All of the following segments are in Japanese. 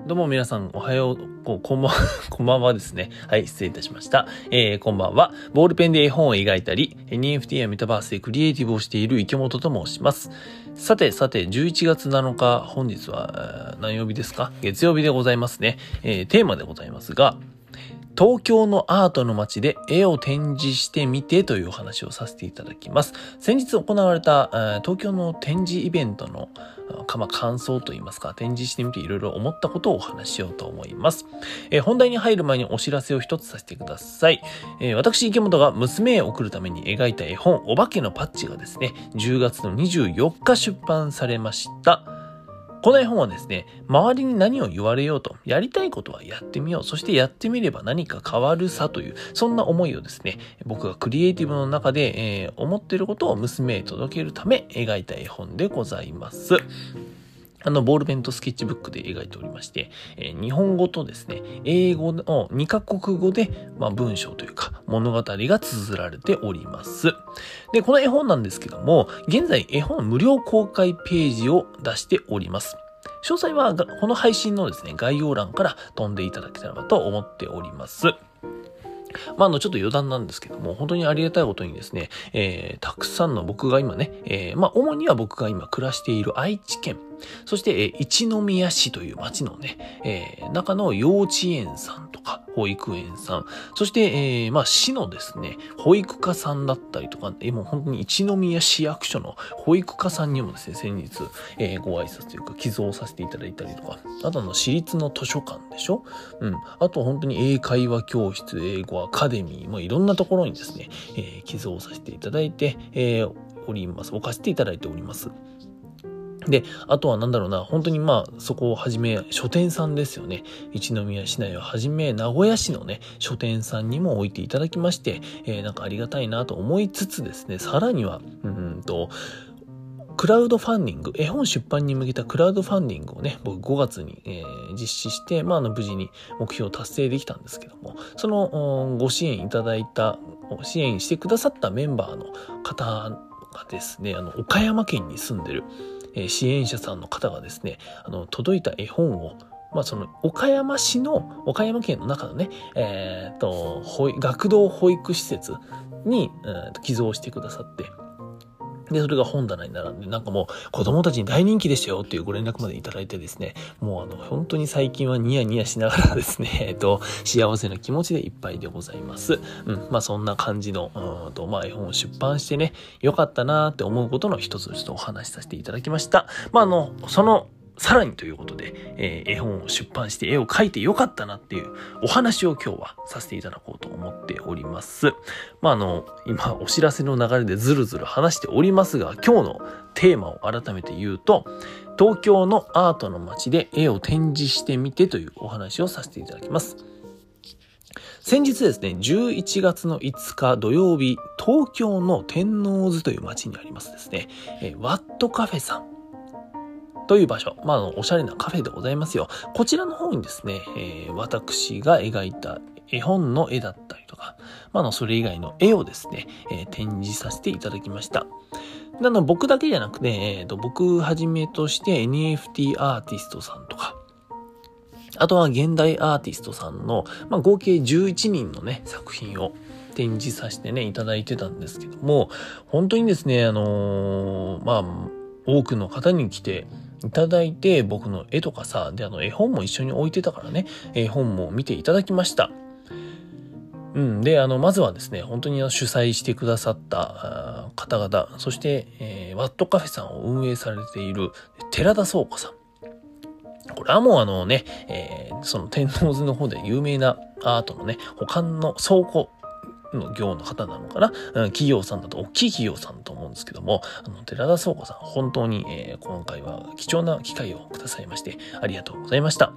どうも皆さんおはよう、こんばんはですね。はい、失礼いたしました。こんばんは。ボールペンで絵本を描いたり、NFT やメタバースでクリエイティブをしている池本と申します。さて、11月7日、本日は何曜日ですか？月曜日でございますね。テーマでございますが、東京のアートの街で絵を展示してみてというお話をさせていただきます。先日行われた東京の展示イベントの感想といいますか、展示してみていろいろ思ったことをお話ししようと思います。本題に入る前にお知らせを一つさせてください。私池本が娘へ送るために描いた絵本お化けのパッチがですね、10月の24日出版されました。この絵本はですね、周りに何を言われようと、やりたいことはやってみよう。そしてやってみれば何か変わるさという、そんな思いをですね、僕がクリエイティブの中で、思っていることを娘へ届けるため描いた絵本でございます。ボールペンとスケッチブックで描いておりまして、日本語とですね、英語の2カ国語で、文章というか物語が綴られております。で、この絵本なんですけども、現在絵本無料公開ページを出しております。詳細はこの配信のですね、概要欄から飛んでいただけたらと思っております。ちょっと余談なんですけども、本当にありがたいことにですね、たくさんの僕が今ね、主には僕が今暮らしている愛知県、そして、一宮市という町のね、中の幼稚園さんとか保育園さん、そして、市のですね、保育課さんだったりとか、もう本当に一宮市役所の保育課さんにもですね、先日、ご挨拶というか寄贈させていただいたりとか、あと私立の図書館でしょ？あと本当に英会話教室、英語アカデミーもいろんなところにですね、寄贈させていただいて、おります。置かせていただいております。で、あとは本当にそこをはじめ、書店さんですよね。一宮市内をはじめ、名古屋市のね、書店さんにも置いていただきまして、ありがたいなと思いつつですね、さらには、クラウドファンディング、絵本出版に向けたクラウドファンディングをね、僕5月に、実施して、無事に目標を達成できたんですけども、そのご支援いただいた、支援してくださったメンバーの方がですね、岡山県に住んでる、支援者さんの方がですね、届いた絵本を、その岡山県の中のね、学童保育施設に、寄贈してくださって、で、それが本棚に並んで、もう子供たちに大人気でしたよっていうご連絡までいただいてですね、もう本当に最近はニヤニヤしながらですね、幸せな気持ちでいっぱいでございます。そんな感じの、絵本を出版してね、よかったなーって思うことの一つちょっとお話しさせていただきました。さらにということで、絵本を出版して絵を描いてよかったなっていうお話を今日はさせていただこうと思っております。今お知らせの流れでずるずる話しておりますが、今日のテーマを改めて言うと、東京のアートの街で絵を展示してみてというお話をさせていただきます。先日ですね、11月の5日土曜日、東京の天王洲という街にありますですね、ワットカフェさんという場所。おしゃれなカフェでございますよ。こちらの方にですね、私が描いた絵本の絵だったりとか、それ以外の絵をですね、展示させていただきました。僕だけじゃなくて、僕はじめとして NFT アーティストさんとか、あとは現代アーティストさんの、合計11人のね、作品を展示させてね、いただいてたんですけども、本当にですね、多くの方に来ていただいて、僕の絵とかさ、で、絵本も一緒に置いてたからね、絵本も見ていただきました。で、まずはですね、本当に主催してくださった方々、そして、ワットカフェさんを運営されている寺田倉庫さん。これはもうその天王洲の方で有名なアートのね、保管の倉庫の業の方なのかな、企業さんだと大きい企業さんだと思うんですけども、寺田倉庫さん本当に、今回は貴重な機会をくださいましてありがとうございました。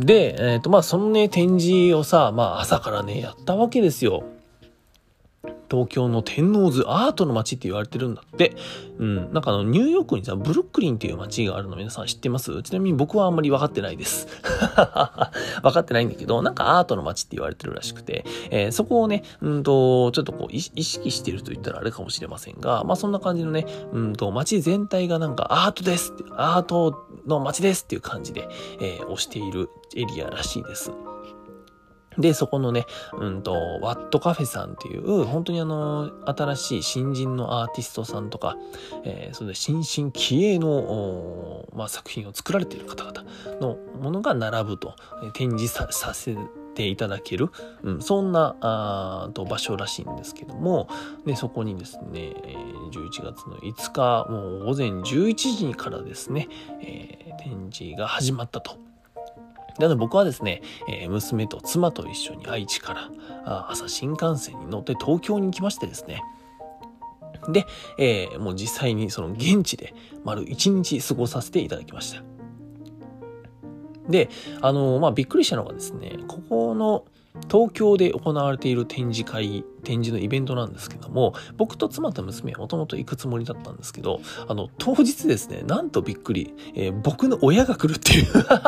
で、そのね展示をさ、朝からねやったわけですよ。 東京の天王洲アートの街って言われてるんだって。なんかニューヨークにさ、ブルックリンっていう街があるの皆さん知ってます？ちなみに僕はあんまり分かってないです。分かってないんだけど、なんかアートの街って言われてるらしくて、そこをね、ちょっとこう意識してると言ったらあれかもしれませんが、そんな感じのね、街全体がなんかアートですって、アートの街ですっていう感じで、推しているエリアらしいです。で、そこのね、ワットカフェさんっていう、本当に新しい新人のアーティストさんとか、それで新進気鋭の、作品を作られている方々のものが並ぶと、展示させていただける、そんな場所らしいんですけども、でそこにですね、11月の5日、もう午前11時からですね、展示が始まったと。なので僕はですね、娘と妻と一緒に愛知から朝新幹線に乗って東京に行きましてですね。で、もう実際にその現地で丸1日過ごさせていただきました。で、びっくりしたのがですね、ここの東京で行われている展示のイベントなんですけども、僕と妻と娘はもともと行くつもりだったんですけど、当日ですね、なんとびっくり、僕の親が来るっていう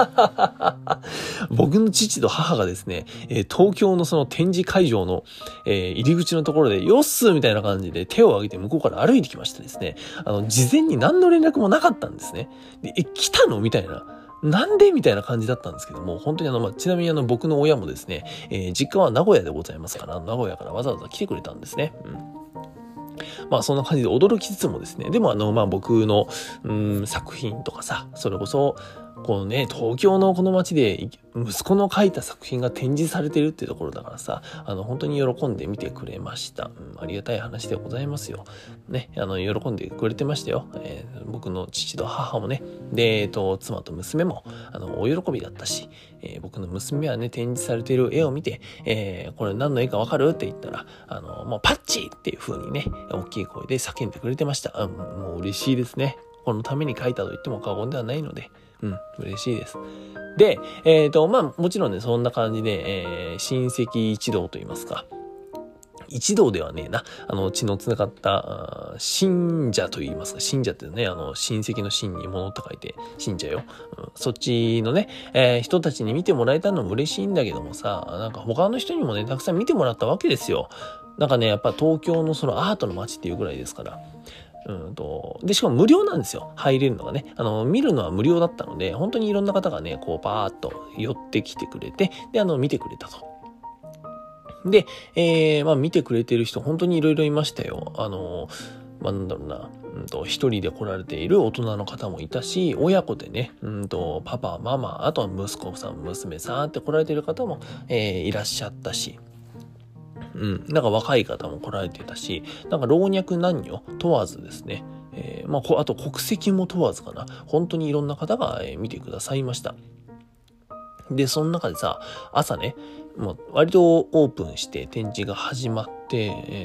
僕の父と母がですね、東京のその展示会場の、入り口のところでよっすーみたいな感じで手を挙げて向こうから歩いてきましてですね、事前に何の連絡もなかったんですね。で、来たのみたいな。なんでみたいな感じだったんですけども、本当にちなみに僕の親もですね、実家は名古屋でございますから、名古屋からわざわざ来てくれたんですね。そんな感じで驚きつつもですね、でも僕の作品とかさ、それこそこのね、東京のこの街で息子の描いた作品が展示されてるっていうところだからさ、本当に喜んで見てくれました。ありがたい話でございますよ。ね、喜んでくれてましたよ。僕の父と母もね、で、妻と娘もお喜びだったし、僕の娘はね、展示されている絵を見て、これ何の絵かわかるって言ったら、もうパッチっていう風にね、大きい声で叫んでくれてました。もう嬉しいですね。このために描いたと言っても過言ではないので、嬉しいです。で、もちろんね、そんな感じで、親戚一同と言いますか、一同ではねえな、血のつながった信者と言いますか、信者ってね、親戚の親に物と書いて信者よ。そっちのね、人たちに見てもらえたのも嬉しいんだけどもさ、なんか他の人にもね、たくさん見てもらったわけですよ。なんかね、やっぱ東京のそのアートの街っていうぐらいですから。で、しかも無料なんですよ。入れるのがね。見るのは無料だったので、本当にいろんな方がね、こう、バーっと寄ってきてくれて、で、見てくれたと。で、見てくれてる人、本当にいろいろいましたよ。なんだろうな、一人で来られている大人の方もいたし、親子でね、パパ、ママ、あとは息子さん、娘さんって来られている方も、いらっしゃったし、なんか若い方も来られてたし、なんか老若男女問わずですね、あと国籍も問わずかな、本当にいろんな方が、見てくださいました。で、その中でさ、朝ね、割とオープンして展示が始まって、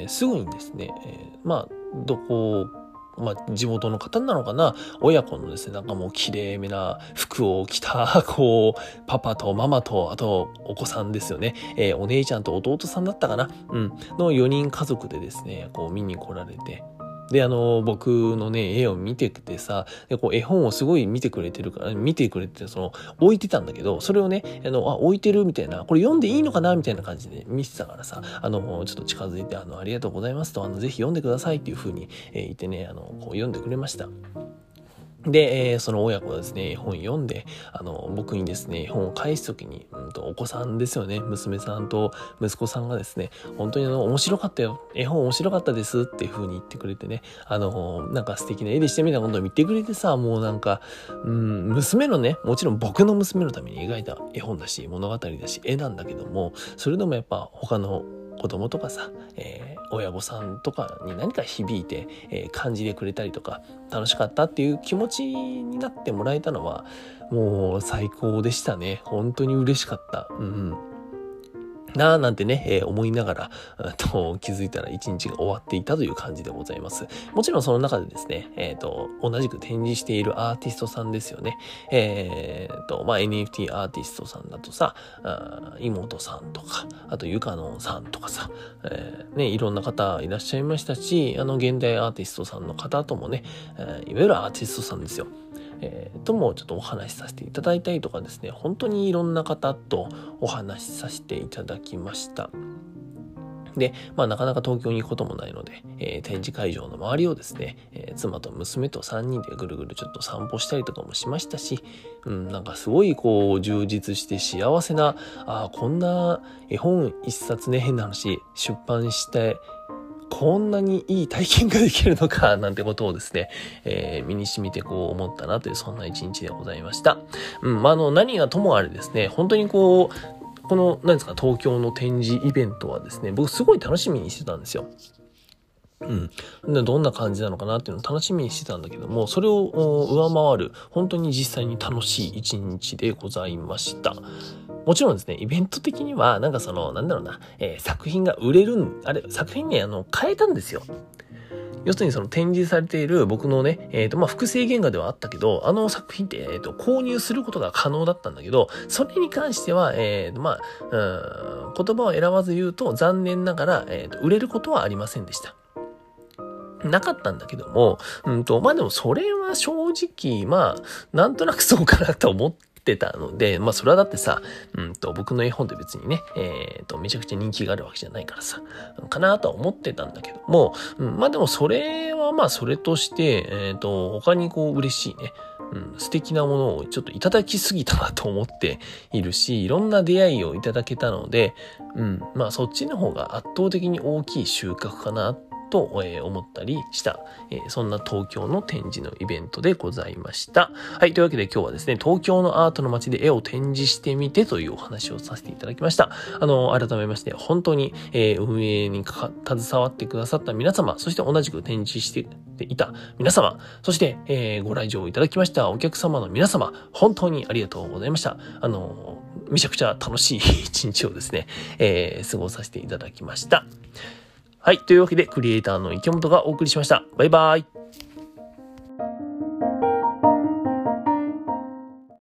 すぐにですね、地元の方なのかな、親子のですね、なんかもう綺麗めな服を着た、こう、パパとママと、あとお子さんですよね。お姉ちゃんと弟さんだったかな、の4人家族でですね、こう見に来られて、で、僕のね、絵を見ててさ、で、こう、絵本をすごい見てくれて、置いてたんだけど、それをね、置いてるみたいな、これ読んでいいのかなみたいな感じで見てたからさ、ちょっと近づいて、ありがとうございますと、ぜひ読んでくださいっていう風に、言ってね、こう読んでくれました。で、その親子はですね、絵本読んで、僕にですね、絵本を返すときに、お子さんですよね、娘さんと息子さんがですね、本当に面白かったよ、絵本面白かったですっていう風に言ってくれてね、なんか素敵な絵でしてみたいなことを言ってくれてさ、もうなんか、娘のね、もちろん僕の娘のために描いた絵本だし、物語だし、絵なんだけども、それでもやっぱ他の子供とかさ、親御さんとかに何か響いて、感じてくれたりとか楽しかったっていう気持ちになってもらえたのはもう最高でしたね。本当に嬉しかった。 なんてね、思いながら、気づいたら一日が終わっていたという感じでございます。もちろんその中でですね、同じく展示しているアーティストさんですよね。NFT アーティストさんだとさ、妹さんとか、あとゆかのんさんとかさ、いろんな方いらっしゃいましたし、現代アーティストさんの方ともね、いわゆるアーティストさんですよ。ともちょっとお話しさせていただいたりとかですね、本当にいろんな方とお話しさせていただきました。で、なかなか東京に行くこともないので、展示会場の周りをですね、妻と娘と3人でぐるぐるちょっと散歩したりとかもしましたし、なんかすごい充実して幸せな、こんな絵本一冊ね、変な話、出版して、こんなにいい体験ができるのか、なんてことをですね、身に染みて思ったなという、そんな一日でございました。何がともあれですね、本当にこの、東京の展示イベントはですね、僕すごい楽しみにしてたんですよ。どんな感じなのかなっていうのを楽しみにしてたんだけども、それを上回る、本当に実際に楽しい一日でございました。もちろんですね、イベント的には、作品が売れる作品ね、変えたんですよ。要するにその展示されている僕のね、複製原画ではあったけど、作品って、購入することが可能だったんだけど、それに関しては、言葉を選ばず言うと、残念ながら、売れることはありませんでした。なかったんだけども、でもそれは正直、なんとなくそうかなと思ってたので、それはだってさ、僕の絵本って別にね、めちゃくちゃ人気があるわけじゃないからさ、かなとは思ってたんだけども、でもそれはそれとして、他に嬉しいね、素敵なものをちょっといただきすぎたなと思っているし、いろんな出会いをいただけたので、そっちの方が圧倒的に大きい収穫かなと思ったりした、そんな東京の展示のイベントでございました。はい、というわけで今日はですね、東京のアートの街で絵を展示してみてというお話をさせていただきました。改めまして本当に、運営に携わってくださった皆様、そして同じく展示していた皆様、そして、ご来場いただきましたお客様の皆様、本当にありがとうございました。めちゃくちゃ楽しい一日をですね、過ごさせていただきました。はい。というわけで、クリエイターの池本がお送りしました。バイバイ。